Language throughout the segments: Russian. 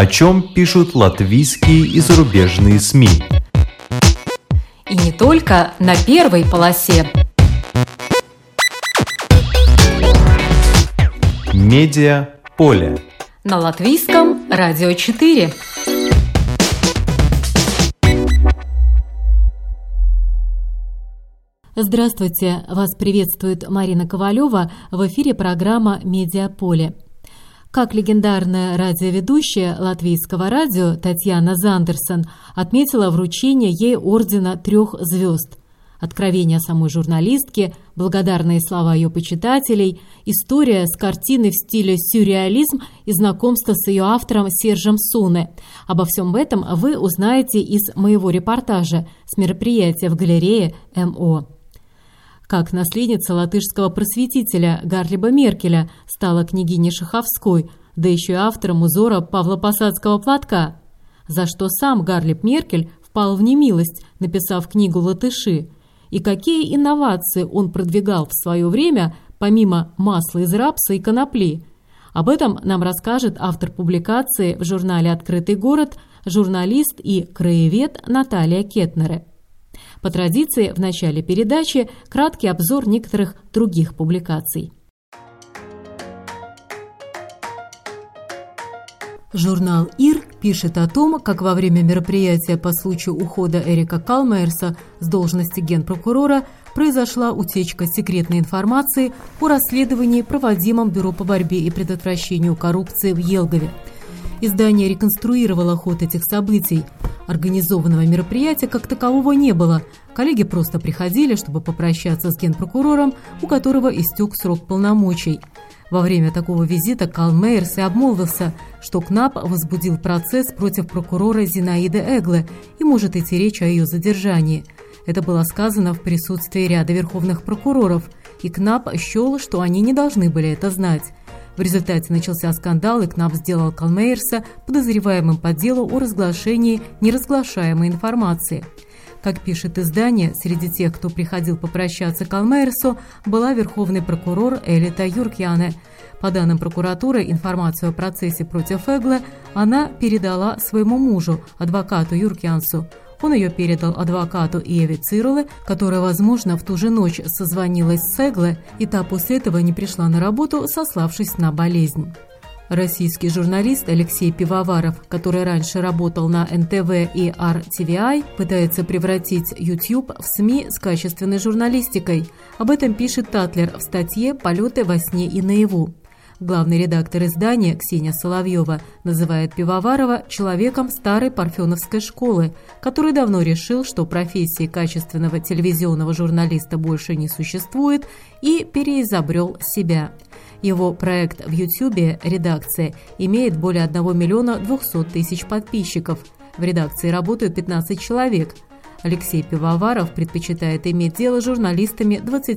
О чем пишут латвийские и зарубежные СМИ. И не только на первой полосе. Медиаполе. На Латвийском радио 4. Здравствуйте! Вас приветствует Марина Ковалева. В эфире программа «Медиаполе». Как легендарная радиоведущая латвийского радио Татьяна Зандерсон отметила вручение ей ордена 3 звезд. Откровения самой журналистки, благодарные слова ее почитателей, история с картины в стиле сюрреализм и знакомство с ее автором Сержем Суне. Обо всем этом вы узнаете из моего репортажа с мероприятия в галерее МО. Как наследница латышского просветителя Гарлиба Меркеля стала княгиней Шаховской, да еще и автором узора Павло-Посадского платка, за что сам Гарлиб Меркель впал в немилость, написав книгу «Латыши», и какие инновации он продвигал в свое время, помимо масла из рапса и конопли. Об этом нам расскажет автор публикации в журнале «Открытый город», журналист и краевед Наталья Кетнере. По традиции, в начале передачи краткий обзор некоторых других публикаций. Журнал «Ир» пишет о том, как во время мероприятия по случаю ухода Эрика Калмейерса с должности генпрокурора произошла утечка секретной информации о расследовании, проводимом Бюро по борьбе и предотвращению коррупции в Елгове. Издание реконструировало ход этих событий. Организованного мероприятия как такового не было. Коллеги просто приходили, чтобы попрощаться с генпрокурором, у которого истек срок полномочий. Во время такого визита Калмейерс и обмолвился, что КНАП возбудил процесс против прокурора Зинаиды Эгле и может идти речь о ее задержании. Это было сказано в присутствии ряда верховных прокуроров, и КНАП счел, что они не должны были это знать. В результате начался скандал, и КНАП сделал Калмейерса подозреваемым по делу о разглашении неразглашаемой информации. Как пишет издание, среди тех, кто приходил попрощаться Калмейерсу, была верховный прокурор Элита Юркьяне. По данным прокуратуры, информацию о процессе против Эгле она передала своему мужу, адвокату Юркьянсу. Он ее передал адвокату Еве Цируле, которая, возможно, в ту же ночь созвонилась с Эгле, и та после этого не пришла на работу, сославшись на болезнь. Российский журналист Алексей Пивоваров, который раньше работал на НТВ и RTVI, пытается превратить YouTube в СМИ с качественной журналистикой. Об этом пишет Татлер в статье «Полеты во сне и наяву». Главный редактор издания Ксения Соловьева называет Пивоварова человеком старой парфеновской школы, который давно решил, что профессии качественного телевизионного журналиста больше не существует, и переизобрел себя. Его проект в Ютьюбе «Редакция» имеет более 1 миллиона 200 тысяч подписчиков. В редакции работают 15 человек. Алексей Пивоваров предпочитает иметь дело с журналистами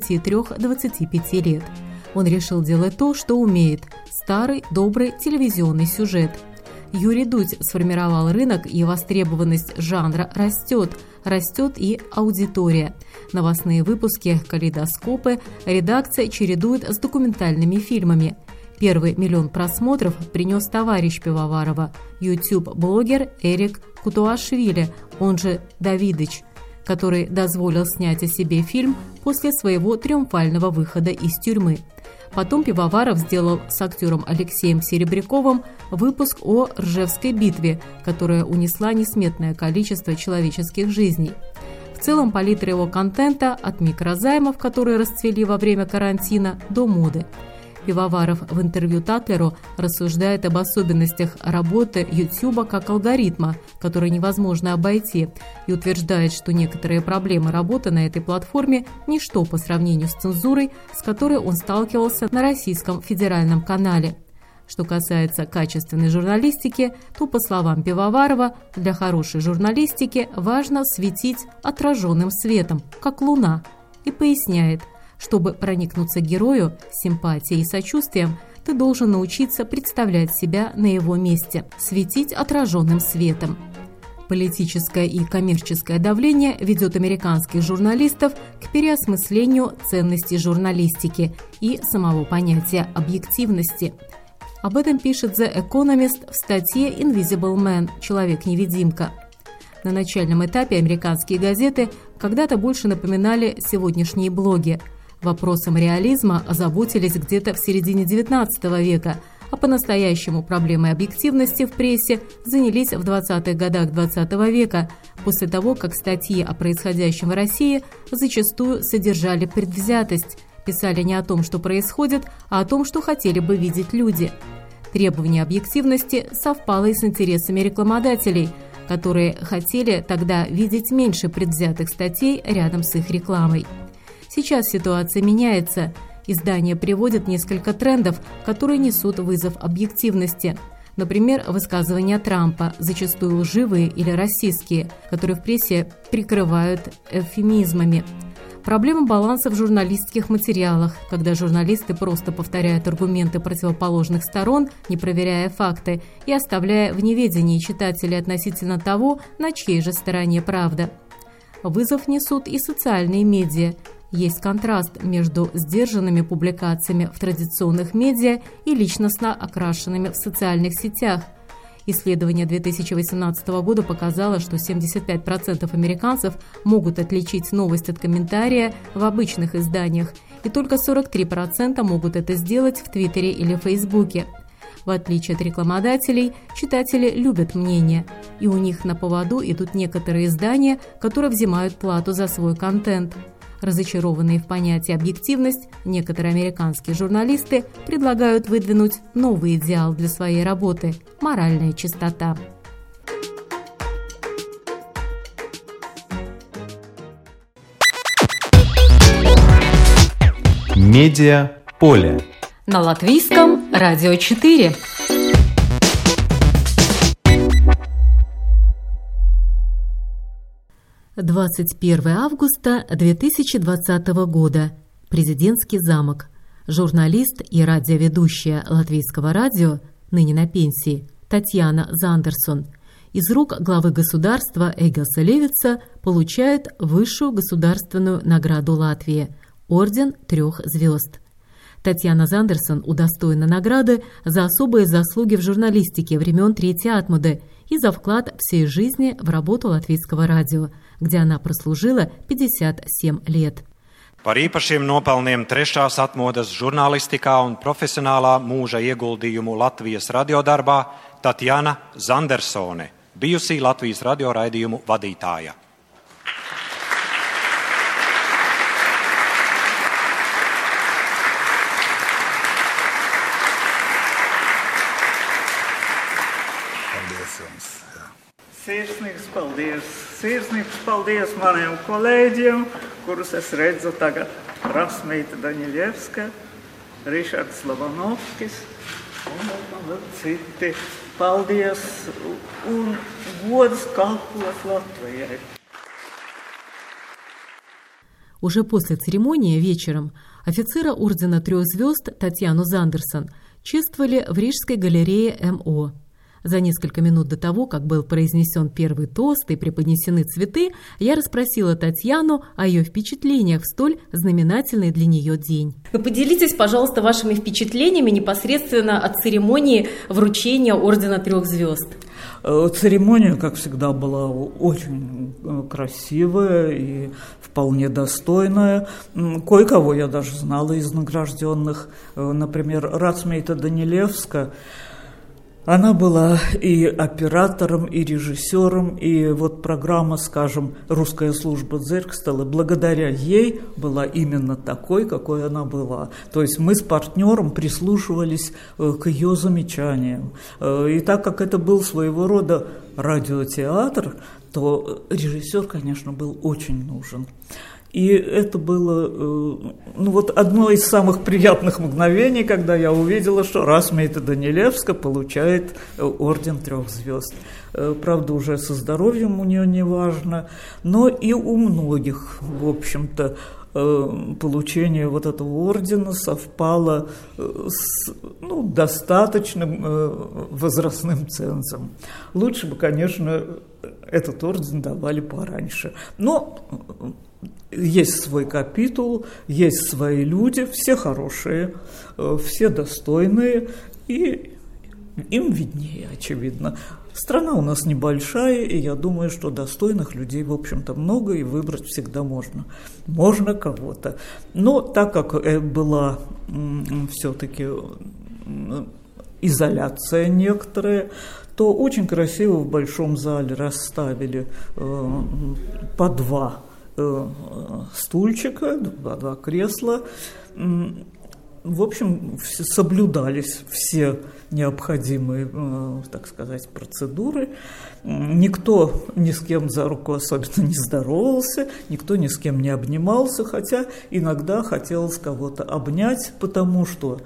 23-25 лет. Он решил делать то, что умеет – старый, добрый телевизионный сюжет. Юрий Дудь сформировал рынок, и востребованность жанра растет и аудитория. Новостные выпуски, калейдоскопы редакция чередует с документальными фильмами. Первый 1 миллион просмотров принес товарищ Пивоварова – YouTube-блогер Эрик Кутуашвили, он же Давидыч, который дозволил снять о себе фильм после своего триумфального выхода из тюрьмы. Потом Пивоваров сделал с актером Алексеем Серебряковым выпуск о Ржевской битве, которая унесла несметное количество человеческих жизней. В целом палитра его контента от микрозаймов, которые расцвели во время карантина, до моды. Пивоваров в интервью Татлеру рассуждает об особенностях работы YouTube как алгоритма, который невозможно обойти, и утверждает, что некоторые проблемы работы на этой платформе – ничто по сравнению с цензурой, с которой он сталкивался на российском федеральном канале. Что касается качественной журналистики, то, по словам Пивоварова, для хорошей журналистики важно светить отраженным светом, как луна, и поясняет – чтобы проникнуться герою симпатией и сочувствием, ты должен научиться представлять себя на его месте, светить отраженным светом. Политическое и коммерческое давление ведет американских журналистов к переосмыслению ценностей журналистики и самого понятия объективности. Об этом пишет The Economist в статье «Invisible Man» – «Человек-невидимка». На начальном этапе американские газеты когда-то больше напоминали сегодняшние блоги. Вопросом реализма озаботились где-то в середине XIX века, а по-настоящему проблемой объективности в прессе занялись в 20-х годах XX века, после того, как статьи о происходящем в России зачастую содержали предвзятость, писали не о том, что происходит, а о том, что хотели бы видеть люди. Требование объективности совпало и с интересами рекламодателей, которые хотели тогда видеть меньше предвзятых статей рядом с их рекламой. Сейчас ситуация меняется. Издание приводит несколько трендов, которые несут вызов объективности. Например, высказывания Трампа, зачастую лживые или расистские, которые в прессе прикрывают эвфемизмами. Проблема баланса в журналистских материалах, когда журналисты просто повторяют аргументы противоположных сторон, не проверяя факты и оставляя в неведении читателей относительно того, на чьей же стороне правда. Вызов несут и социальные медиа. Есть контраст между сдержанными публикациями в традиционных медиа и личностно окрашенными в социальных сетях. Исследование 2018 года показало, что 75% американцев могут отличить новость от комментария в обычных изданиях, и только 43% могут это сделать в Твиттере или Фейсбуке. В отличие от рекламодателей, читатели любят мнения, и у них на поводу идут некоторые издания, которые взимают плату за свой контент. Разочарованные в понятии объективность, некоторые американские журналисты предлагают выдвинуть новый идеал для своей работы – моральная чистота. Медиаполе. На Латвийском радио 4. – 21 августа 2020 года. Президентский замок. Журналист и радиоведущая Латвийского радио, ныне на пенсии, Татьяна Зандерсон, из рук главы государства Эгилса Левитса получает высшую государственную награду Латвии – Орден 3 звезд. Татьяна Зандерсон удостоена награды за особые заслуги в журналистике времен Третьей Атмоды и за вклад всей жизни в работу Латвийского радио, где она прослужила 57 лет. Par īpašiem nopelniem trešās atmodas žurnālistikā un profesionālā mūža ieguldījumu Latvijas radiodarbā Tatjana Zandersone, bijusī Latvijas radioraidījumu vadītāja. Sirsnīgs paldies! Sirsnīgs paldies maniem kolēģiem, kurus es redzu tagad. Rasmīta Daņiļevska, Rišards Lavanovskis un vēl citi. Paldies un gods kalpot Latvijai. Уже после церемонии вечером офицера Ордена 3 звезд Татьяну Зандерсон чествовали в Рижской галерее МО. За несколько минут до того, как был произнесен первый тост и преподнесены цветы, я расспросила Татьяну о ее впечатлениях в столь знаменательный для нее день. Вы поделитесь, пожалуйста, вашими впечатлениями непосредственно от церемонии вручения Ордена 3 звезд. Церемония, как всегда, была очень красивая и вполне достойная. Кое-кого я даже знала из награжденных. Например, Расмīta Daņiļevska. Она была и оператором, и режиссером, и вот программа, скажем, «Русская служба Дзеркстела», благодаря ей была именно такой, какой она была. То есть мы с партнером прислушивались к ее замечаниям. И так как это был своего рода радиотеатр, то режиссер, конечно, был очень нужен. И это было одно из самых приятных мгновений, когда я увидела, что Расмīta Daņiļevska получает Орден 3 звезд. Правда, уже со здоровьем у нее не важно, но и у многих, в общем-то, получение вот этого ордена совпало с достаточным возрастным цензом. Лучше бы, конечно, этот орден давали пораньше. Но есть свой капитул, есть свои люди, все хорошие, все достойные, и им виднее, очевидно. Страна у нас небольшая, и я думаю, что достойных людей, в общем-то, много, и выбрать всегда можно. Можно кого-то. Но так как была все-таки изоляция некоторая, то очень красиво в большом зале расставили по 2 стульчика, 2 кресла. В общем, соблюдались все необходимые, так сказать, процедуры. Никто ни с кем за руку особенно не здоровался, никто ни с кем не обнимался, хотя иногда хотелось кого-то обнять, потому что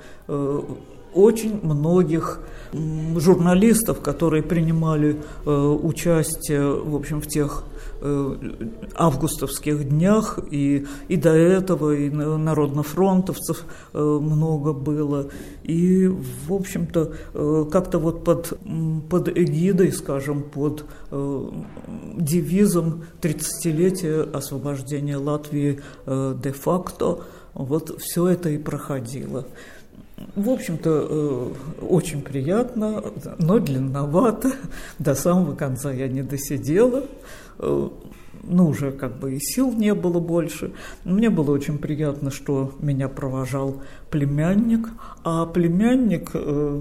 очень многих журналистов, которые принимали участие, в общем, в тех августовских днях, и до этого, и народнофронтовцев много было. И, в общем-то, как-то вот под эгидой, скажем, под девизом 30-летия освобождения Латвии де-факто, вот все это и проходило. В общем-то, очень приятно, но длинновато. До самого конца я не досидела. Уже как бы и сил не было больше. Мне было очень приятно, что меня провожал племянник. А племянник,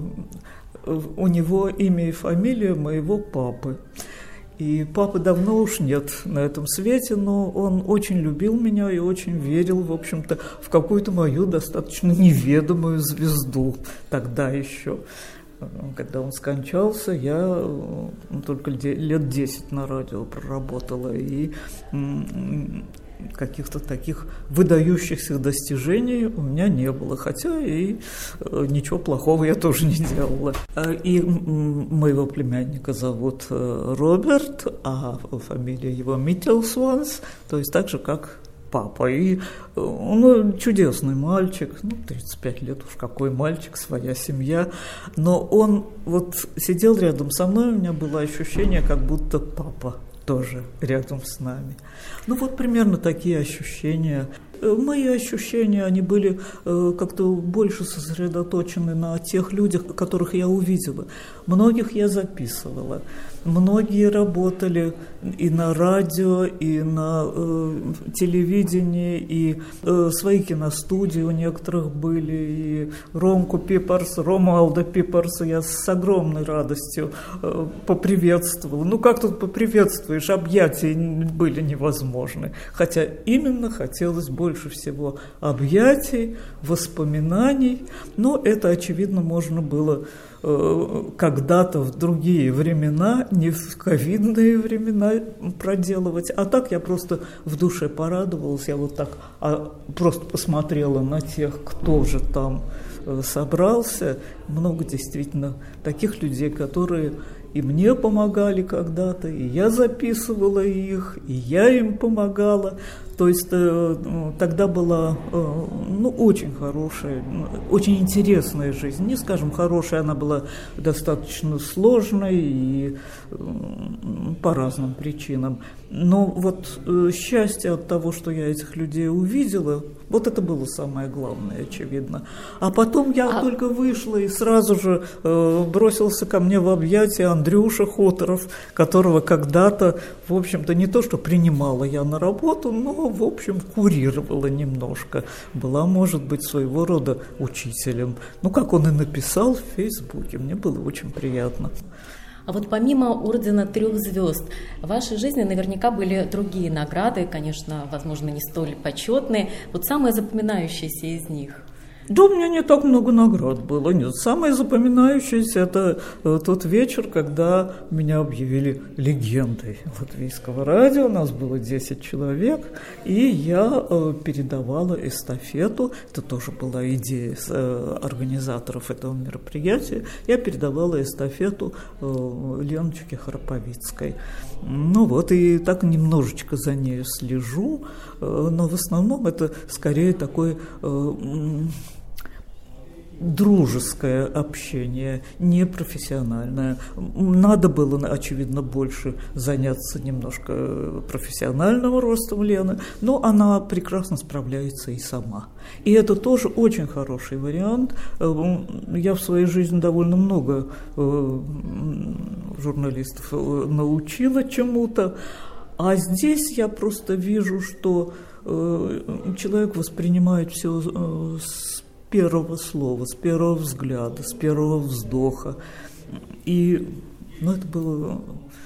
у него имя и фамилия моего папы. И папы давно уж нет на этом свете, но он очень любил меня и очень верил, в общем-то, в какую-то мою достаточно неведомую звезду тогда еще. Когда он скончался, я только лет 10 на радио проработала, и каких-то таких выдающихся достижений у меня не было, хотя и ничего плохого я тоже не делала. И моего племянника зовут Роберт, а фамилия его Миттелсонс, то есть так же, как папа. И он чудесный мальчик, 35 лет уж какой мальчик, своя семья. Но он вот сидел рядом со мной, у меня было ощущение, как будто папа тоже рядом с нами. Примерно такие ощущения. Мои ощущения, они были как-то больше сосредоточены на тех людях, которых я увидела. Многих я записывала. Многие работали и на радио, и на телевидении, и свои киностудии у некоторых были, и Ромуалда Пиперса я с огромной радостью поприветствовала. Как тут поприветствуешь, объятия были невозможны. Хотя именно хотелось больше всего объятий, воспоминаний, но это, очевидно, можно было когда-то в другие времена, не в ковидные времена проделывать. А так я просто в душе порадовалась, я вот так просто посмотрела на тех, кто же там собрался. Много действительно таких людей, которые и мне помогали когда-то, и я записывала их, и я им помогала. То есть тогда была очень хорошая, очень интересная жизнь. Не скажем хорошая, она была достаточно сложной и по разным причинам. Но вот счастье от того, что я этих людей увидела, вот это было самое главное, очевидно. А потом я только вышла, и сразу же бросился ко мне в объятия Андрюша Хуторов, которого когда-то, в общем-то, не то что принимала я на работу, но, в общем, курировала немножко. Была, может быть, своего рода учителем. Как он и написал в Фейсбуке, мне было очень приятно. А вот помимо Ордена 3 звезд, в вашей жизни наверняка были другие награды, конечно, возможно, не столь почетные. Вот самые запоминающиеся из них? Да, у меня не так много наград было. Нет, самое запоминающееся – это тот вечер, когда меня объявили легендой латвийского радио. У нас было 10 человек, и я передавала эстафету. Это тоже была идея организаторов этого мероприятия. Я передавала эстафету Леночке Храповицкой. И так немножечко за нею слежу, но в основном это скорее такой дружеское общение, не профессиональное. Надо было, очевидно, больше заняться немножко профессиональным ростом Лены, но она прекрасно справляется и сама. И это тоже очень хороший вариант. Я в своей жизни довольно много журналистов научила чему-то, а здесь я просто вижу, что человек воспринимает все с первого слова, с первого взгляда, с первого вздоха. И это было...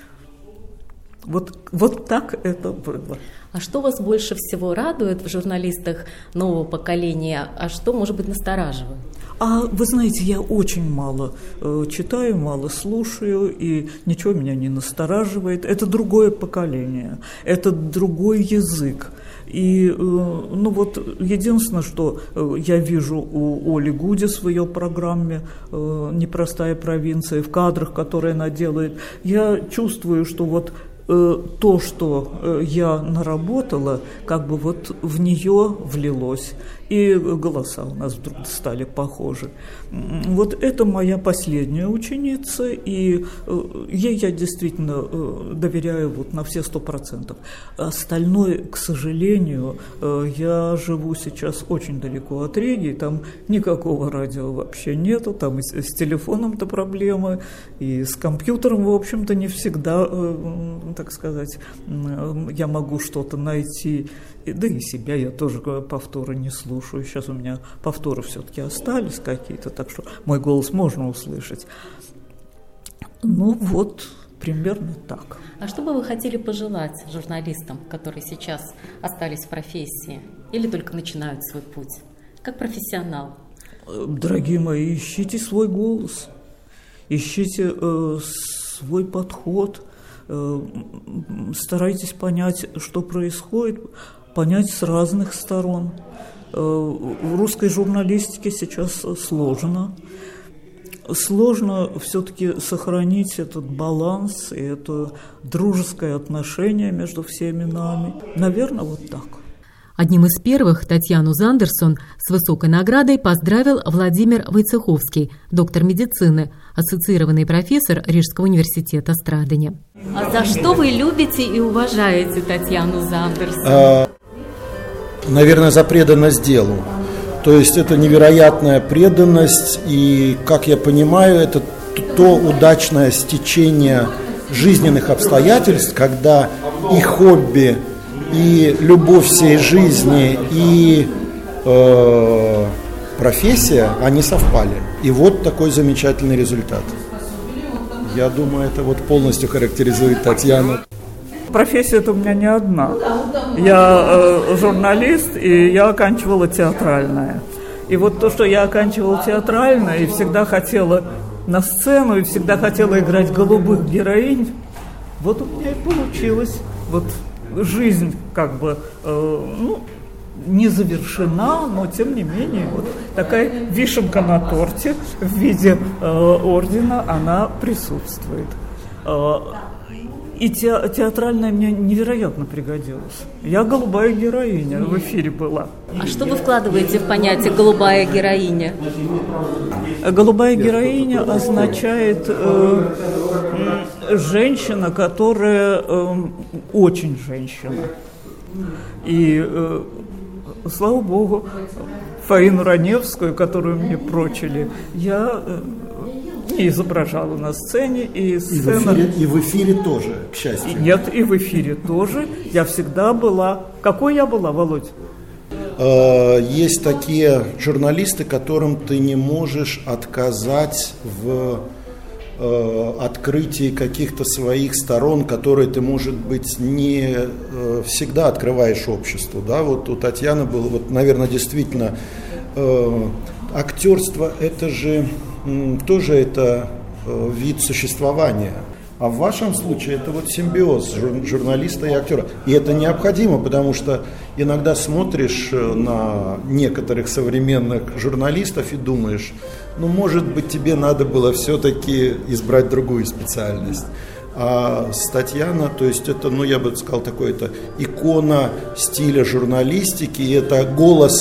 Вот так это было. А что вас больше всего радует в журналистах нового поколения, а что, может быть, настораживает? Вы знаете, я очень мало читаю, мало слушаю, и ничего меня не настораживает. Это другое поколение, это другой язык. И, единственное, что я вижу у Оли Гудис в ее программе «Непростая провинция», в кадрах, которые она делает, я чувствую, что то, что я наработала, как бы в нее влилось, и голоса у нас вдруг стали похожи. Это моя последняя ученица, и ей я действительно доверяю на все 100%. Остальное, к сожалению, я живу сейчас очень далеко от Риги, там никакого радио вообще нету, там и с телефоном-то проблемы, и с компьютером, в общем-то, не всегда, так сказать, я могу что-то найти. Да и себя я тоже повторы не слушаю. Сейчас у меня повторы все-таки остались какие-то, так что мой голос можно услышать. Примерно так. А что бы вы хотели пожелать журналистам, которые сейчас остались в профессии или только начинают свой путь, как профессионал? Дорогие мои, ищите свой голос, ищите свой подход, старайтесь понять, что происходит, понять с разных сторон. В русской журналистике сейчас сложно. Сложно все-таки сохранить этот баланс и это дружеское отношение между всеми нами. Наверное, так. Одним из первых Татьяну Зандерсон с высокой наградой поздравил Владимир Войцеховский, доктор медицины, ассоциированный профессор Рижского университета Страдания. А за что вы любите и уважаете Татьяну Зандерсон? Наверное, за преданность делу. То есть это невероятная преданность, и, как я понимаю, это то удачное стечение жизненных обстоятельств, когда и хобби, и любовь всей жизни, и профессия, они совпали. И такой замечательный результат. Я думаю, это полностью характеризует Татьяну. Профессия-то у меня не одна. Я журналист, и я оканчивала театральное. И то, что я оканчивала театральное, и всегда хотела на сцену, и всегда хотела играть голубых героинь, у меня и получилось. Жизнь не завершена, но тем не менее такая вишенка на торте в виде ордена, она присутствует. И театральная мне невероятно пригодилась. Я голубая героиня, в эфире была. А что вы вкладываете в понятие «голубая героиня»? Голубая героиня означает женщина, которая очень женщина. И, слава богу, Фаину Раневскую, которую мне прочили, я не изображала на сцене. И в эфире тоже, к счастью. Нет, и в эфире тоже. Я всегда была... Какой я была, Володь? Есть такие журналисты, которым ты не можешь отказать в открытии каких-то своих сторон, которые ты, может быть, не всегда открываешь обществу. Да? У Татьяны было, наверное, действительно, актерство – это же тоже это вид существования. А в вашем случае это симбиоз журналиста и актера. И это необходимо, потому что иногда смотришь на некоторых современных журналистов и думаешь, может быть, тебе надо было все-таки избрать другую специальность. А Татьяна, то есть это, я бы сказал, такое-то икона стиля журналистики, и это голос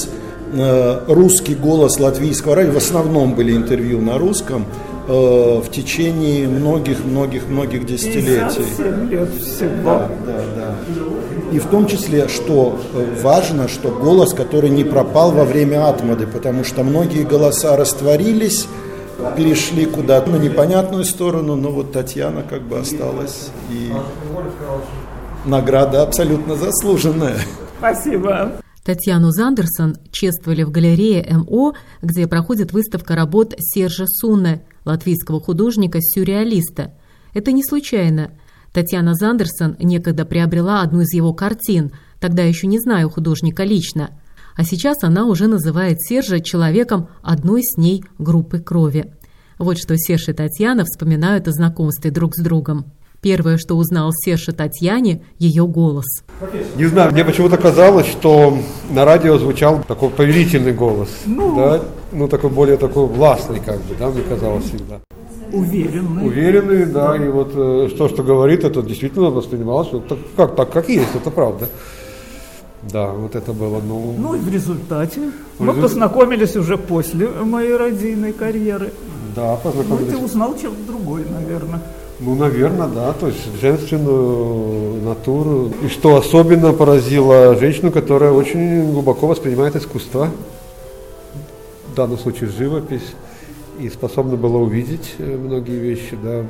русский голос латвийского радио, в основном были интервью на русском, в течение многих десятилетий. 57 лет всегда. Да. И в том числе, что важно, что голос, который не пропал во время Атмады, потому что многие голоса растворились, перешли куда-то на непонятную сторону, но вот Татьяна как бы осталась, и награда абсолютно заслуженная. Спасибо. Татьяну Зандерсон чествовали в галерее МО, где проходит выставка работ Сержа Сунне, латвийского художника-сюрреалиста. Это не случайно. Татьяна Зандерсон некогда приобрела одну из его картин, тогда еще не знаю художника лично, а сейчас она уже называет Сержа человеком одной с ней группы крови. Вот что Серж и Татьяна вспоминают о знакомстве друг с другом. Первое, что узнал Серж о Татьяне, ее голос. Не знаю, мне почему-то казалось, что на радио звучал такой повелительный голос, да? Такой более такой властный, как бы, да, мне казалось всегда. Уверенный, да, и вот что говорит, это действительно воспринималось, как есть, это правда. Да, вот это было, и в результате мы познакомились уже после моей радийной карьеры. Да, познакомились. Ты узнал чем-то другой, наверное. Наверное, да, то есть женственную натуру. И что особенно поразило женщину, которая очень глубоко воспринимает искусство, в данном случае живопись, и способна была увидеть многие вещи, да,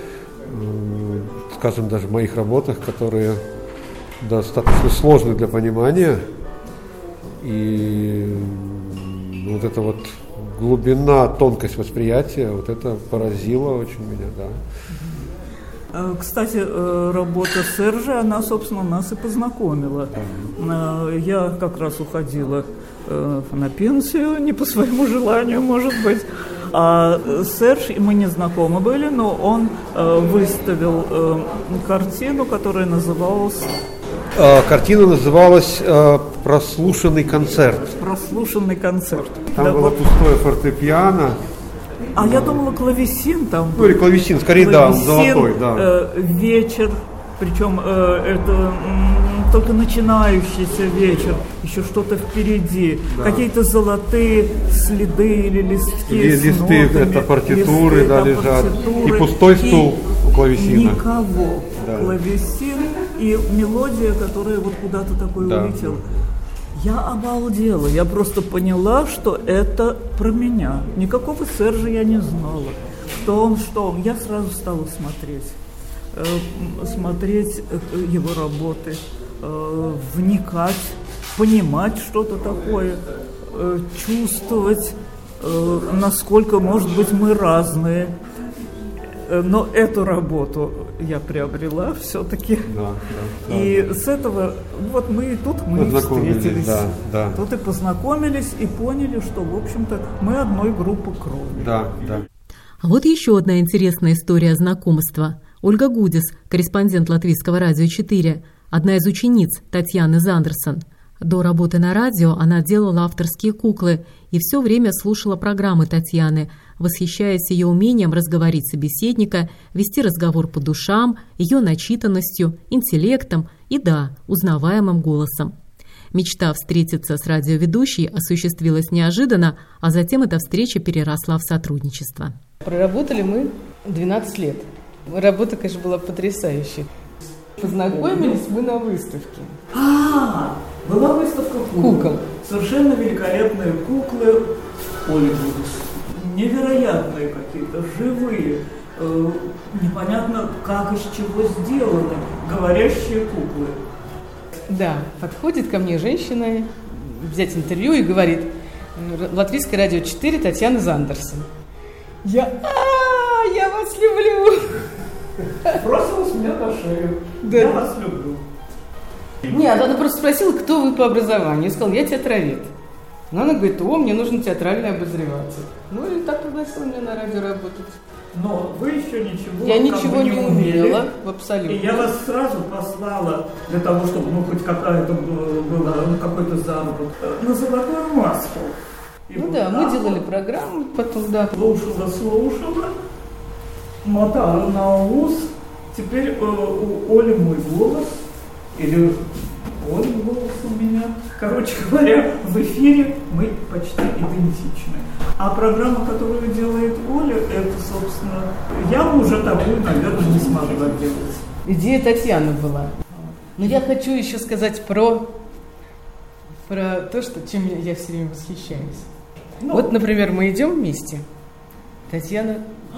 скажем, даже в моих работах, которые достаточно сложны для понимания. И вот эта вот глубина, тонкость восприятия, вот это поразило очень меня, да. Кстати, работа Сержа, она, собственно, нас и познакомила. Я как раз уходила на пенсию, не по своему желанию, может быть. А Серж, мы не знакомы были, но он выставил картину, которая называлась... Картина называлась «Прослушанный концерт». «Прослушанный концерт». Там было пустое фортепиано. А я думала, клавесин там. Или клавесин, скорее, клавесин, да, золотой, да. Вечер, причем это только начинающийся вечер, еще что-то впереди. Да. Какие-то золотые следы или листки. Листы, это партитуры, да, лежат. И пустой стул у клавесина. Никого. Да. Клавесин и мелодия, которая вот куда-то такой улетела. Я обалдела, я просто поняла, что это про меня. Никакого Сержа я не знала. Что он. Я сразу стала смотреть его работы, вникать, понимать что-то такое, чувствовать, насколько, может быть, мы разные. Но эту работу я приобрела все-таки. Да. И с этого, вот мы и встретились. Да. Тут и познакомились, и поняли, что, в общем-то, мы одной группы крови. Да. А вот еще одна интересная история знакомства. Ольга Гудис, корреспондент Латвийского радио 4, одна из учениц Татьяны Зандерсон. До работы на радио она делала авторские куклы и все время слушала программы Татьяны, восхищаясь ее умением разговорить собеседника, вести разговор по душам, ее начитанностью, интеллектом и, да, узнаваемым голосом. Мечта встретиться с радиоведущей осуществилась неожиданно, а затем эта встреча переросла в сотрудничество. Проработали мы 12 лет. Работа, конечно, была потрясающей. Познакомились мы на выставке. Была выставка кукол. Совершенно великолепные куклы Оли Гудис. Невероятные какие-то, живые. Непонятно, как из чего сделаны. Говорящие куклы. Да, подходит ко мне женщина взять интервью и говорит: Латвийское радио 4, Татьяна Зандерсон. Я вас люблю. Бросилась мне на шею. Да. Я вас люблю. Нет, она просто спросила, кто вы по образованию. Я сказала, я театровед. Но она говорит, мне нужен театральный обозреватель. И так пригласила меня на радио работать. Но вы еще ничего Я ничего не умела, абсолютно. И я вас сразу послала для того, чтобы хоть какая-то была, какой-то заработок, на Золотую Маску. Мы делали программу, потом, Слушала, мотала на ус. Теперь у Оли мой голос, или Вот голос у меня. Короче говоря, в эфире мы почти идентичны. А программа, которую делает Оля, это, собственно, я уже такую, наверное, не смогла делать. Идея Татьяны была. Но я хочу еще сказать про то, чем я все время восхищаюсь. Вот, например, мы идем вместе. Татьяна...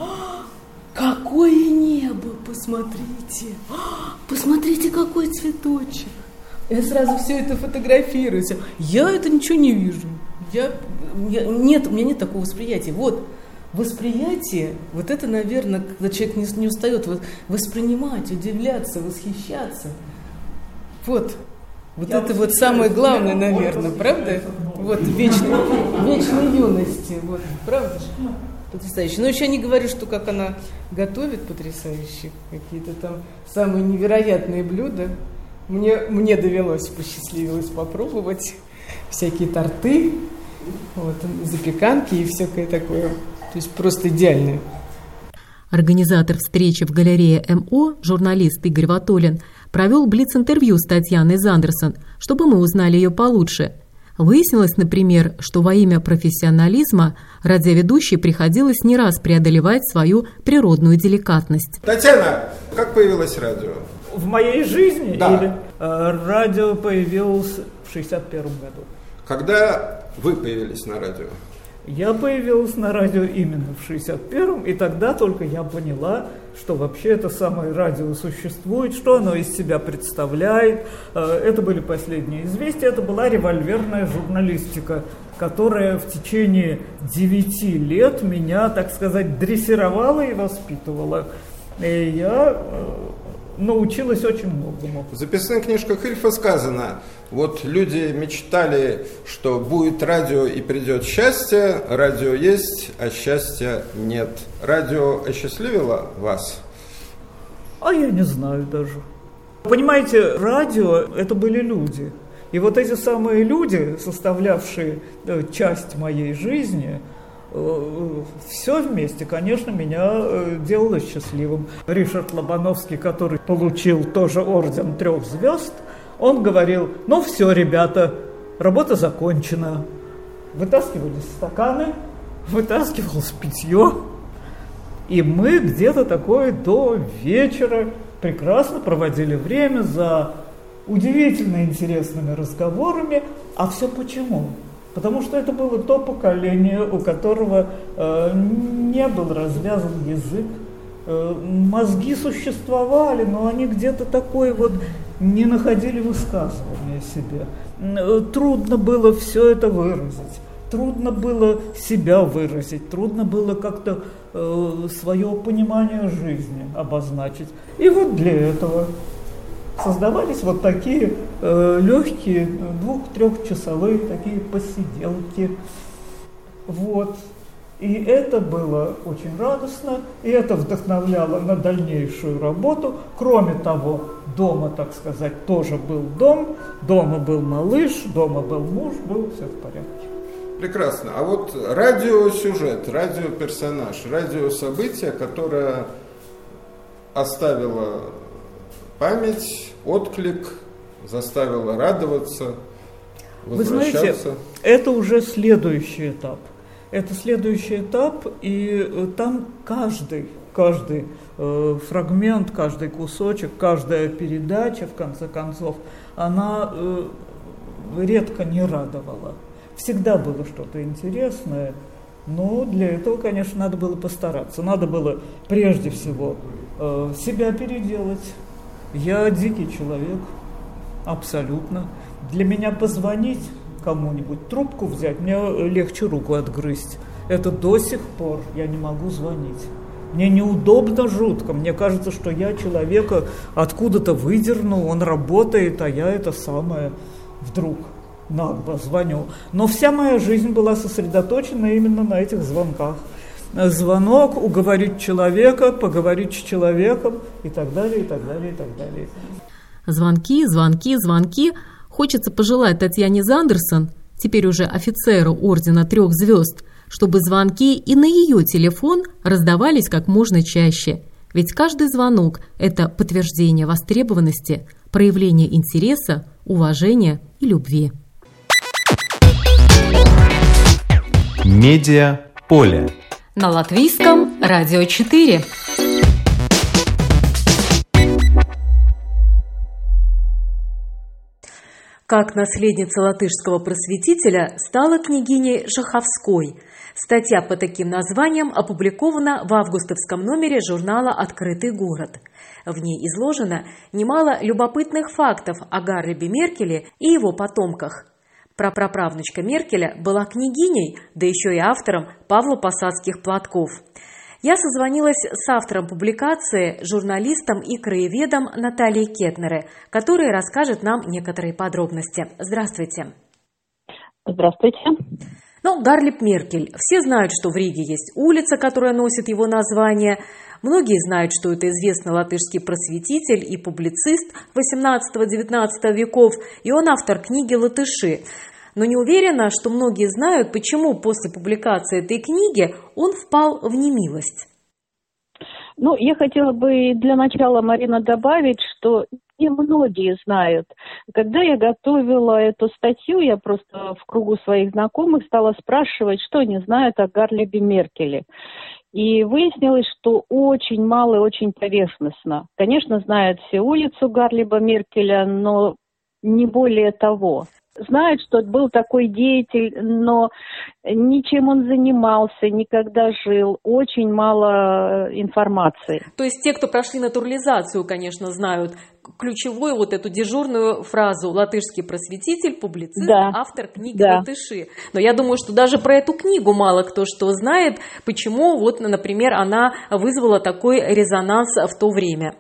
Какое небо, посмотрите! Посмотрите, какой цветочек! Я сразу все это фотографирую. Я это ничего не вижу. У меня нет такого восприятия. Вот, восприятие, вот это, наверное, когда человек не устает воспринимать, удивляться, восхищаться. Вот это вот самое главное, наверное, правда? Вот, вечной юности, вот, правда же? Потрясающе. Но еще не говорю, что как она готовит потрясающе, какие-то там самые невероятные блюда. Мне посчастливилось попробовать всякие торты, вот, запеканки и всякое такое. То есть просто идеальное. Организатор встречи в галерее МО, журналист Игорь Ватолин, провел блиц-интервью с Татьяной Зандерсон, чтобы мы узнали ее получше. Выяснилось, например, что во имя профессионализма радиоведущей приходилось не раз преодолевать свою природную деликатность. Татьяна, как появилось радио? В моей жизни? Да. Или радио появилось в 1961 году. Когда вы появились на радио? Я появилась на радио именно в 1961-м, и тогда только я поняла, что вообще это самое радио существует, что оно из себя представляет. Это были последние известия, это была револьверная журналистика, которая в течение 9 лет меня, так сказать, дрессировала и воспитывала. И я научилась очень многому. В записных книжках Ильфа сказано: вот люди мечтали, что будет радио и придет счастье, радио есть, а счастья нет. Радио осчастливило вас? А я не знаю даже. Понимаете, радио – это были люди. И вот эти самые люди, составлявшие часть моей жизни, все вместе, конечно, меня делало счастливым. Ришард Лобановский, который получил тоже орден 3 звезд, он говорил: ну все, ребята, работа закончена. Вытаскивались стаканы, вытаскивалось питье, и мы где-то такое до вечера прекрасно проводили время за удивительно интересными разговорами. А все почему? Потому что это было то поколение, у которого не был развязан язык. Мозги существовали, но они где-то такой вот не находили высказывания себе. Трудно было все это выразить, трудно было себя выразить, трудно было как-то свое понимание жизни обозначить. И вот для этого создавались вот такие легкие 2-3-часовые такие посиделки. Вот. И это было очень радостно, и это вдохновляло на дальнейшую работу. Кроме того, дома, так сказать, тоже был дом, дома был малыш, дома был муж, было все в порядке. Прекрасно. А вот радиосюжет, радиоперсонаж, радиособытие, которое оставило память, отклик, заставило радоваться, возвращаться. Вы знаете, это уже следующий этап. Это следующий этап, и там каждый фрагмент, каждый кусочек, каждая передача, в конце концов, она редко не радовала. Всегда было что-то интересное, но для этого, конечно, надо было постараться. Надо было прежде всего себя переделать. Я дикий человек, абсолютно. Для меня позвонить кому-нибудь, трубку взять, мне легче руку отгрызть. Это до сих пор я не могу звонить. Мне неудобно жутко. Мне кажется, что я человека откуда-то выдерну, он работает, а я это самое вдруг нагло звоню. Но вся моя жизнь была сосредоточена именно на этих звонках. Звонок, уговорить человека, поговорить с человеком и так далее, и так далее, и так далее. Звонки, звонки, звонки. Хочется пожелать Татьяне Зандерсон, теперь уже офицеру ордена 3 звезд, чтобы звонки и на ее телефон раздавались как можно чаще. Ведь каждый звонок – это подтверждение востребованности, проявление интереса, уважения и любви. Медиаполе. На Латвийском радио 4. Как наследница латышского просветителя стала княгиней Жаховской. Статья по таким названиям опубликована в августовском номере журнала «Открытый город». В ней изложено немало любопытных фактов о Гарлебе Меркеле и его потомках. Прапраправнучка Меркеля была княгиней, да еще и автором Павло-Посадских платков. Я созвонилась с автором публикации, журналистом и краеведом Натальей Кетнере, которая расскажет нам некоторые подробности. Здравствуйте. Здравствуйте. Гарлеб Меркель. Все знают, что в Риге есть улица, которая носит его название. Многие знают, что это известный латышский просветитель и публицист XVIII-XIX веков, и он автор книги «Латыши». Но не уверена, что многие знают, почему после публикации этой книги он впал в немилость. Я хотела бы для начала, Марина, добавить, что не многие знают. Когда я готовила эту статью, я просто в кругу своих знакомых стала спрашивать, что они знают о Гарлебе Меркеле. И выяснилось, что очень мало и очень поверхностно. Конечно, знают все улицу Гарлеба Меркеля, но не более того. Знают, что был такой деятель, но ничем он занимался, никогда жил. Очень мало информации. То есть те, кто прошли натурализацию, конечно, знают ключевую вот эту дежурную фразу «латышский просветитель, публицист, автор книги «Латыши». Но я думаю, что даже про эту книгу мало кто что знает, почему, например, она вызвала такой резонанс в то время.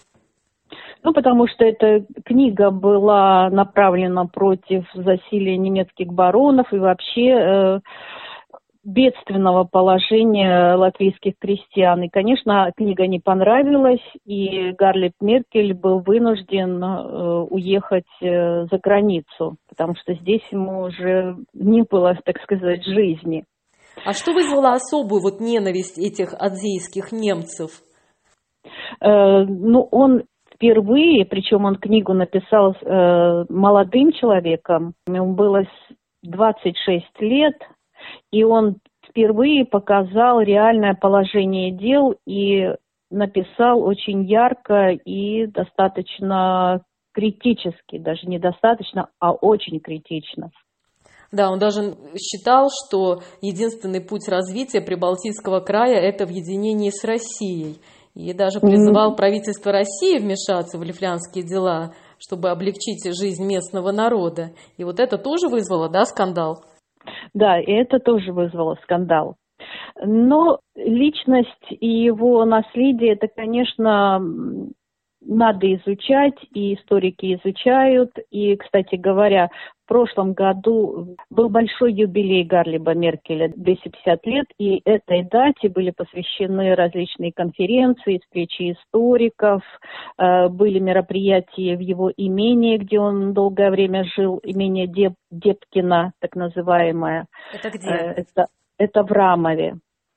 Потому что эта книга была направлена против засилия немецких баронов и вообще бедственного положения латвийских крестьян. И, конечно, книга не понравилась, и Гарлеб Меркель был вынужден уехать за границу, потому что здесь ему уже не было, так сказать, жизни. А что вызвало особую ненависть этих адзейских немцев? Он впервые, причем он книгу написал молодым человеком, ему было 26 лет, и он впервые показал реальное положение дел и написал очень ярко и достаточно критически, даже не достаточно, а очень критично. Да, он даже считал, что единственный путь развития Прибалтийского края – это в единении с Россией. И даже призывал правительство России вмешаться в лифлянские дела, чтобы облегчить жизнь местного народа. И это тоже вызвало, скандал? Да, и это тоже вызвало скандал. Но личность и его наследие, это, конечно, надо изучать, и историки изучают. И, кстати говоря, в прошлом году был большой юбилей Гарлеба Меркеля, 250 лет, и этой дате были посвящены различные конференции, встречи историков, были мероприятия в его имении, где он долгое время жил, имение Депкина, так называемое. Это где? Это в Рамове.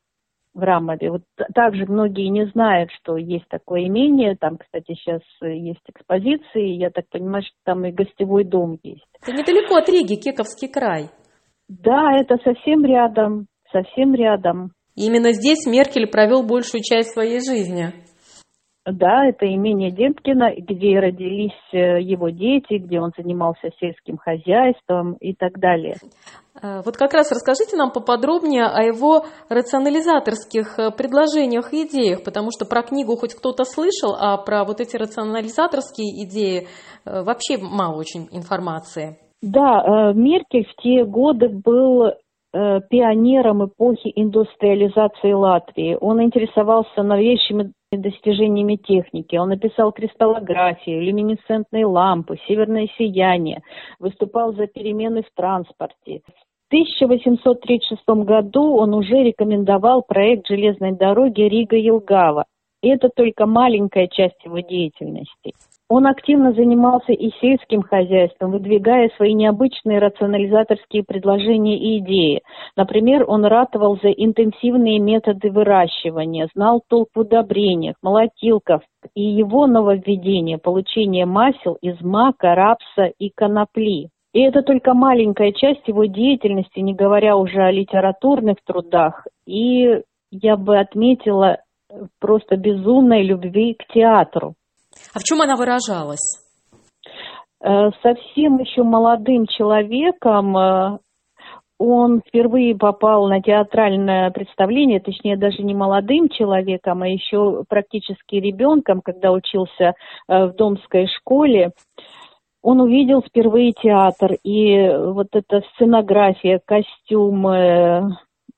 Также многие не знают, что есть такое имение. Там, кстати, сейчас есть экспозиции. Я так понимаю, что там и гостевой дом есть. Это недалеко от Риги, Кековский край. Да, это совсем рядом. И именно здесь Меркель провел большую часть своей жизни. Да, это имение Депкина, где родились его дети, где он занимался сельским хозяйством и так далее. Как раз расскажите нам поподробнее о его рационализаторских предложениях и идеях, потому что про книгу хоть кто-то слышал, а про эти рационализаторские идеи вообще мало очень информации. Да, Меркель в те годы был пионером эпохи индустриализации Латвии. Он интересовался новейшими достижениями техники. Он написал кристаллографию, люминесцентные лампы, северное сияние, выступал за перемены в транспорте. В 1836 году он уже рекомендовал проект железной дороги Рига-Елгава. И это только маленькая часть его деятельности. Он активно занимался и сельским хозяйством, выдвигая свои необычные рационализаторские предложения и идеи. Например, он ратовал за интенсивные методы выращивания, знал толк в удобрениях, молотилках, и его нововведение – получение масел из мака, рапса и конопли. И это только маленькая часть его деятельности, не говоря уже о литературных трудах. И я бы отметила просто безумной любви к театру. А в чем она выражалась? Совсем еще молодым человеком он впервые попал на театральное представление, точнее даже не молодым человеком, а еще практически ребенком, когда учился в Домской школе. Он увидел впервые театр, и вот эта сценография, костюмы,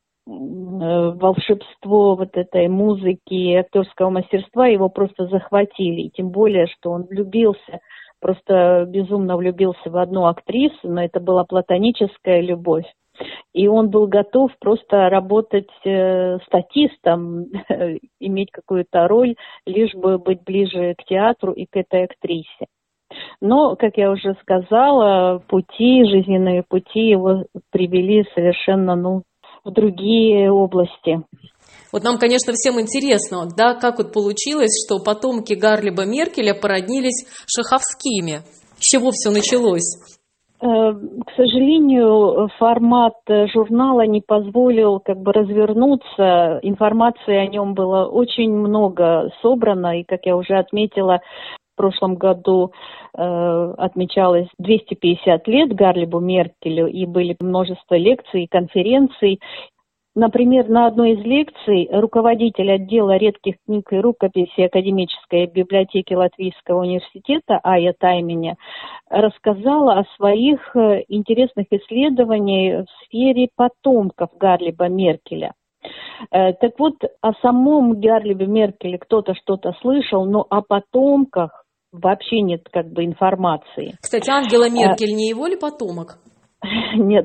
волшебство вот этой музыки, актерского мастерства его просто захватили. И тем более, что он влюбился, просто безумно влюбился в одну актрису, но это была платоническая любовь. И он был готов просто работать статистом, иметь какую-то роль, лишь бы быть ближе к театру и к этой актрисе. Но, как я уже сказала, жизненные пути его привели совершенно, в другие области. Вот нам, конечно, всем интересно, да, как вот получилось, что потомки Гарлиба Меркеля породнились с Шаховскими. С чего все началось? К сожалению, формат журнала не позволил развернуться. Информации о нем было очень много собрано, и, как я уже отметила, в прошлом году отмечалось 250 лет Гарлибу Меркелю, и были множество лекций и конференций. Например, на одной из лекций руководитель отдела редких книг и рукописей Академической библиотеки Латвийского университета Ая Таймене рассказала о своих интересных исследованиях в сфере потомков Гарлиба Меркеля. Так вот, о самом Гарлибе Меркеле кто-то что-то слышал, но о потомках вообще нет информации. Кстати, Ангела Меркель не его ли потомок? Нет,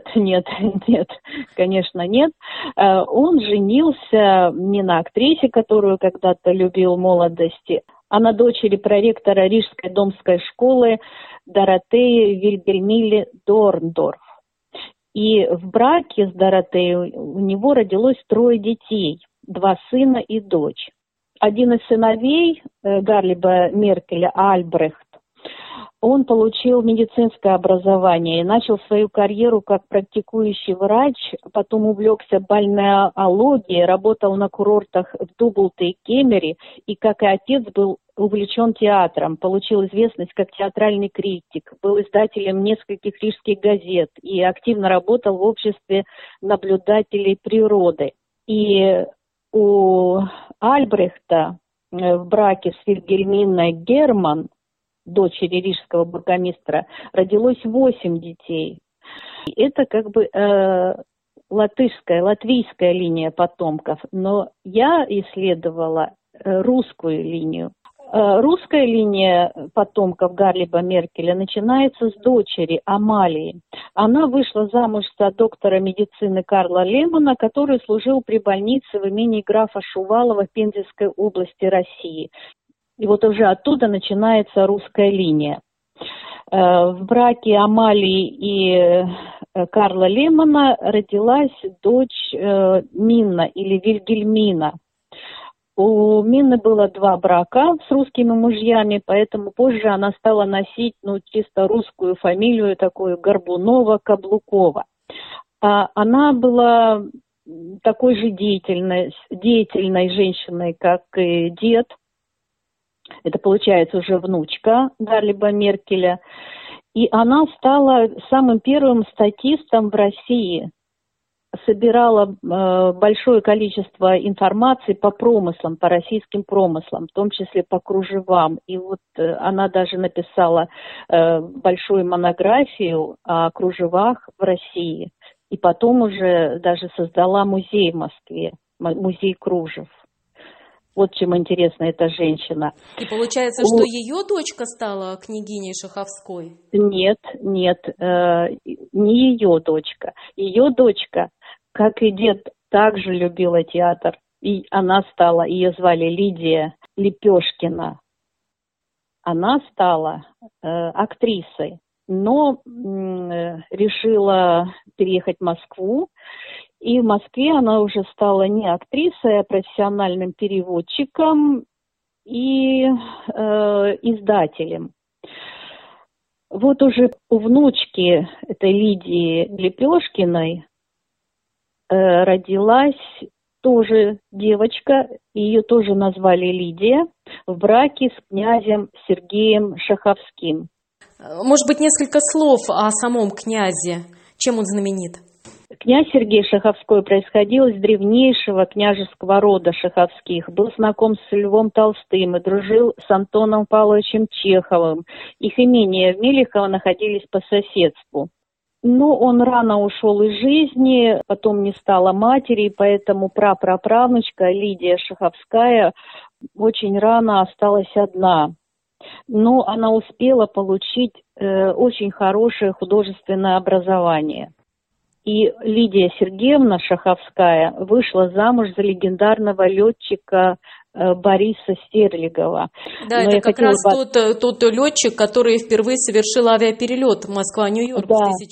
конечно, нет. Он женился не на актрисе, которую когда-то любил в молодости, а на дочери проректора Рижской домской школы Доротеи Вильгельмины Дорндорф. И в браке с Доротеей у него родилось 3 детей, 2 сына и дочь. Один из сыновей Гарлиба Меркеля, Альбрехт, он получил медицинское образование и начал свою карьеру как практикующий врач, потом увлекся бальнеологией, работал на курортах в Дублте и Кемере, и, как и отец, был увлечен театром, получил известность как театральный критик, был издателем нескольких рижских газет и активно работал в обществе наблюдателей природы. И у Альбрехта в браке с Вильгельминой Герман, дочери рижского бургомистра, родилось 8 детей. Это латвийская линия потомков, но я исследовала русскую линию. Русская линия потомков Гарлиба Меркеля начинается с дочери Амалии. Она вышла замуж за доктора медицины Карла Лемона, который служил при больнице в имении графа Шувалова в Пензенской области России. И вот уже оттуда начинается русская линия. В браке Амалии и Карла Лемона родилась дочь Минна или Вильгельмина. У Минны было 2 брака с русскими мужьями, поэтому позже она стала носить чисто русскую фамилию, такую Горбунова-Каблукова. Она была такой же деятельной женщиной, как и дед. Это, получается, уже внучка Гарлиба Меркеля. И она стала самым первым статистом в России. Собирала большое количество информации по промыслам, по российским промыслам, в том числе по кружевам. И вот она даже написала большую монографию о кружевах в России. И потом уже даже создала музей в Москве, музей кружев. Вот чем интересна эта женщина. И получается, что ее дочка стала княгиней Шаховской? Нет, не ее дочка. Ее дочка, как и дед, также любила театр. И она стала, ее звали Лидия Лепешкина. она стала актрисой, но решила переехать в Москву. И в Москве она уже стала не актрисой, а профессиональным переводчиком и издателем. Вот уже у внучки этой Лидии Лепешкиной родилась тоже девочка, ее тоже назвали Лидия, в браке с князем Сергеем Шаховским. Может быть, несколько слов о самом князе. Чем он знаменит? Князь Сергей Шаховской происходил из древнейшего княжеского рода Шаховских, был знаком с Львом Толстым и дружил с Антоном Павловичем Чеховым. Их имения в Мелехово находились по соседству. Но он рано ушел из жизни, потом не стало матери, поэтому прапраправнучка Лидия Шаховская очень рано осталась одна. Но она успела получить очень хорошее художественное образование. И Лидия Сергеевна Шаховская вышла замуж за легендарного летчика Бориса Стерлигова. Да, но это как раз тот летчик, который впервые совершил авиаперелет Москва-Нью-Йорк в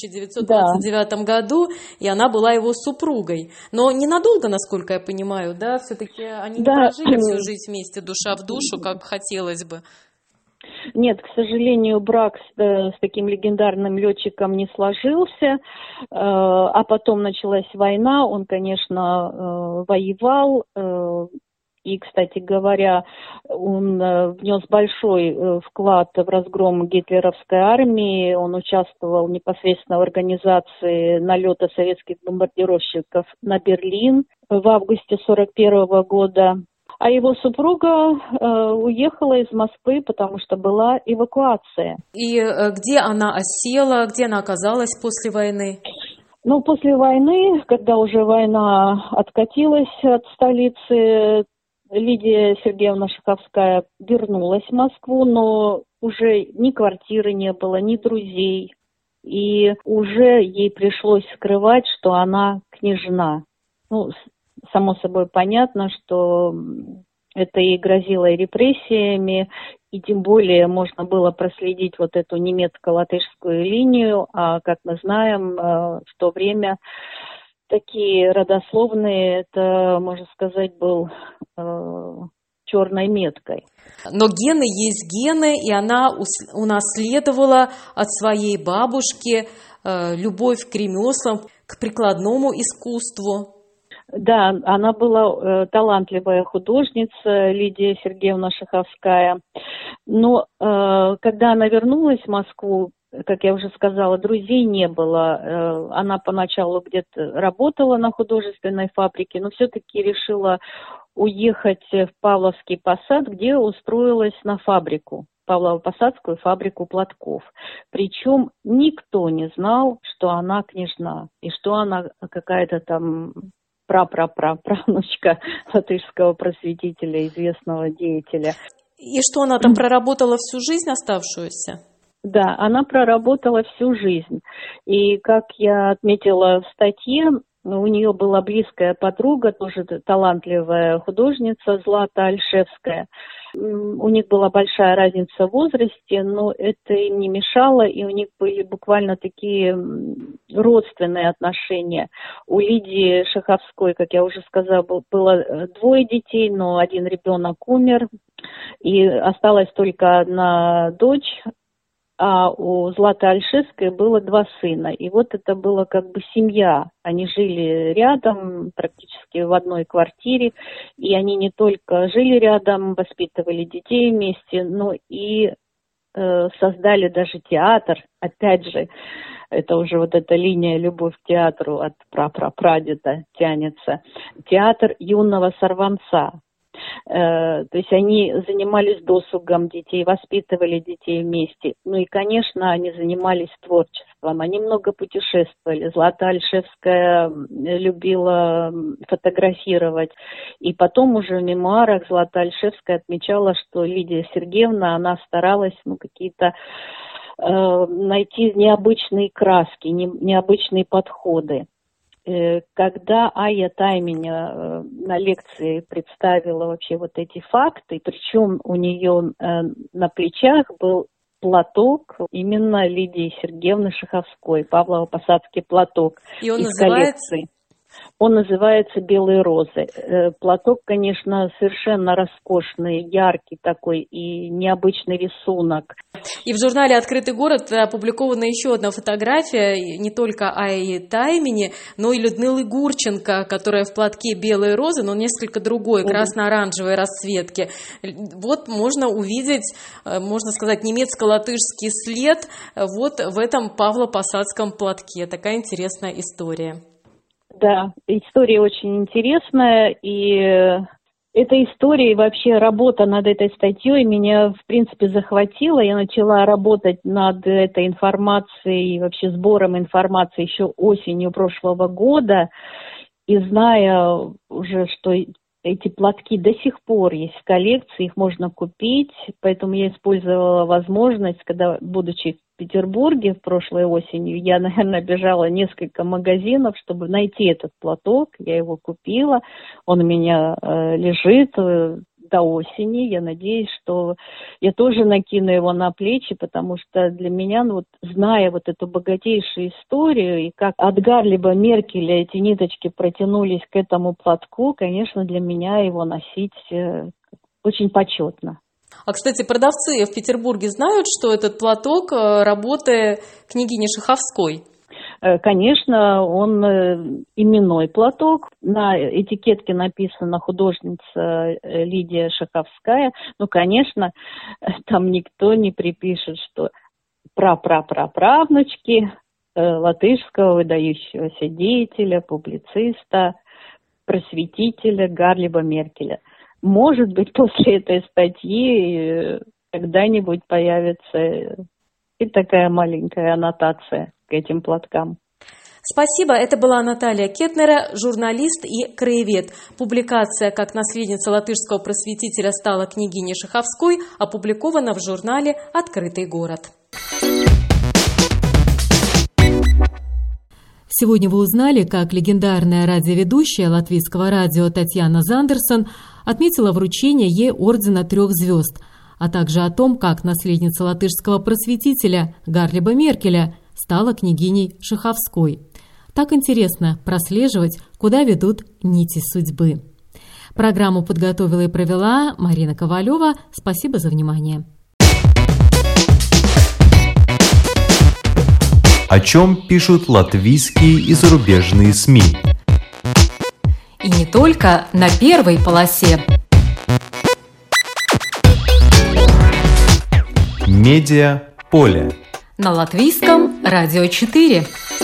1929 году, и она была его супругой. Но ненадолго, насколько я понимаю, да, все-таки они не прожили всю жизнь вместе, душа в душу, как хотелось бы. Нет, к сожалению, брак с таким легендарным летчиком не сложился, а потом началась война, он, конечно, воевал, и, кстати говоря, он внес большой вклад в разгром гитлеровской армии, он участвовал непосредственно в организации налета советских бомбардировщиков на Берлин в августе 1941 года. А его супруга уехала из Москвы, потому что была эвакуация. И где она осела, где она оказалась после войны? Ну, после войны, когда уже война откатилась от столицы, Лидия Сергеевна Шаховская вернулась в Москву, но уже ни квартиры не было, ни друзей. И уже ей пришлось скрывать, что она княжна. Ну, само собой понятно, что это ей грозило и репрессиями, и тем более можно было проследить вот эту немецко-латышскую линию, а как мы знаем, в то время такие родословные, это, можно сказать, был черной меткой. Но гены есть гены, и она унаследовала от своей бабушки любовь к ремеслам, к прикладному искусству. Да, она была талантливая художница, Лидия Сергеевна Шаховская. Но когда она вернулась в Москву, как я уже сказала, друзей не было. Она поначалу где-то работала на художественной фабрике, но все-таки решила уехать в Павловский Посад, где устроилась на фабрику, Павлово-Посадскую фабрику платков. Причем никто не знал, что она княжна и что она какая-то там правнучка латышского просветителя, известного деятеля. И что она там проработала всю жизнь оставшуюся? Да, она проработала всю жизнь. И, как я отметила в статье, у нее была близкая подруга, тоже талантливая художница Злата Альшевская. У них была большая разница в возрасте, но это им не мешало, и у них были буквально такие родственные отношения. У Лидии Шаховской, как я уже сказала, было 2 детей, но один ребенок умер, и осталась только одна дочь. А у Златы Альшевской было 2 сына. И вот это было как бы семья. Они жили рядом, практически в одной квартире. И они не только жили рядом, воспитывали детей вместе, но и создали даже театр. Опять же, это уже вот эта линия «Любовь к театру» от прапрапрадеда тянется. Театр юного сорванца. То есть они занимались досугом детей, воспитывали детей вместе. Ну и, конечно, они занимались творчеством. Они много путешествовали. Злата Альшевская любила фотографировать. И потом уже в мемуарах Злата Альшевская отмечала, что Лидия Сергеевна, она старалась какие-то найти необычные краски, необычные подходы. Когда Айя Таймене на лекции представила вообще вот эти факты, причем у нее на плечах был платок именно Лидии Сергеевны Шаховской, Павлово-Посадский платок из коллекции. Он называется «Белые розы». Платок, конечно, совершенно роскошный, яркий такой и необычный рисунок. И в журнале «Открытый город» опубликована еще одна фотография не только Айи Таймене, но и Людмилы Гурченко, которая в платке «Белые розы», но несколько другой, красно-оранжевой расцветки. Вот можно увидеть, можно сказать, немецко-латышский след вот в этом Павло-Посадском платке. Такая интересная история. Да, история очень интересная, и эта история и вообще работа над этой статьей меня, в принципе, захватила. Я начала работать над этой информацией, вообще сбором информации еще осенью прошлого года, и зная уже, что эти платки до сих пор есть в коллекции, их можно купить, поэтому я использовала возможность, когда, будучи в Петербурге в прошлой осенью, я, наверное, бежала несколько магазинов, чтобы найти этот платок, я его купила, он у меня лежит до осени, я надеюсь, что я тоже накину его на плечи, потому что для меня, ну, вот, зная вот эту богатейшую историю, и как от Гарлиба Меркеля эти ниточки протянулись к этому платку, конечно, для меня его носить очень почетно. А, кстати, продавцы в Петербурге знают, что этот платок – работы княгини Шаховской? Конечно, он именной платок. На этикетке написано «Художница Лидия Шаховская». Ну, конечно, там никто не припишет, что прапраправнучки латышского выдающегося деятеля, публициста, просветителя Гарлиба Меркеля. Может быть, после этой статьи когда-нибудь появится и такая маленькая аннотация к этим платкам. Спасибо. Это была Наталья Кетнера, журналист и краевед. Публикация «Как наследница латышского просветителя стала княгиней Шаховской» опубликована в журнале «Открытый город». Сегодня вы узнали, как легендарная радиоведущая латвийского радио Татьяна Зандерсон отметила вручение ей ордена 3 звезд, а также о том, как наследница латышского просветителя Гарлиба Меркеля стала княгиней Шаховской. Так интересно прослеживать, куда ведут нити судьбы. Программу подготовила и провела Марина Ковалева. Спасибо за внимание. О чем пишут латвийские и зарубежные СМИ? И не только на первой полосе. Медиа поле. На Латвийском радио 4.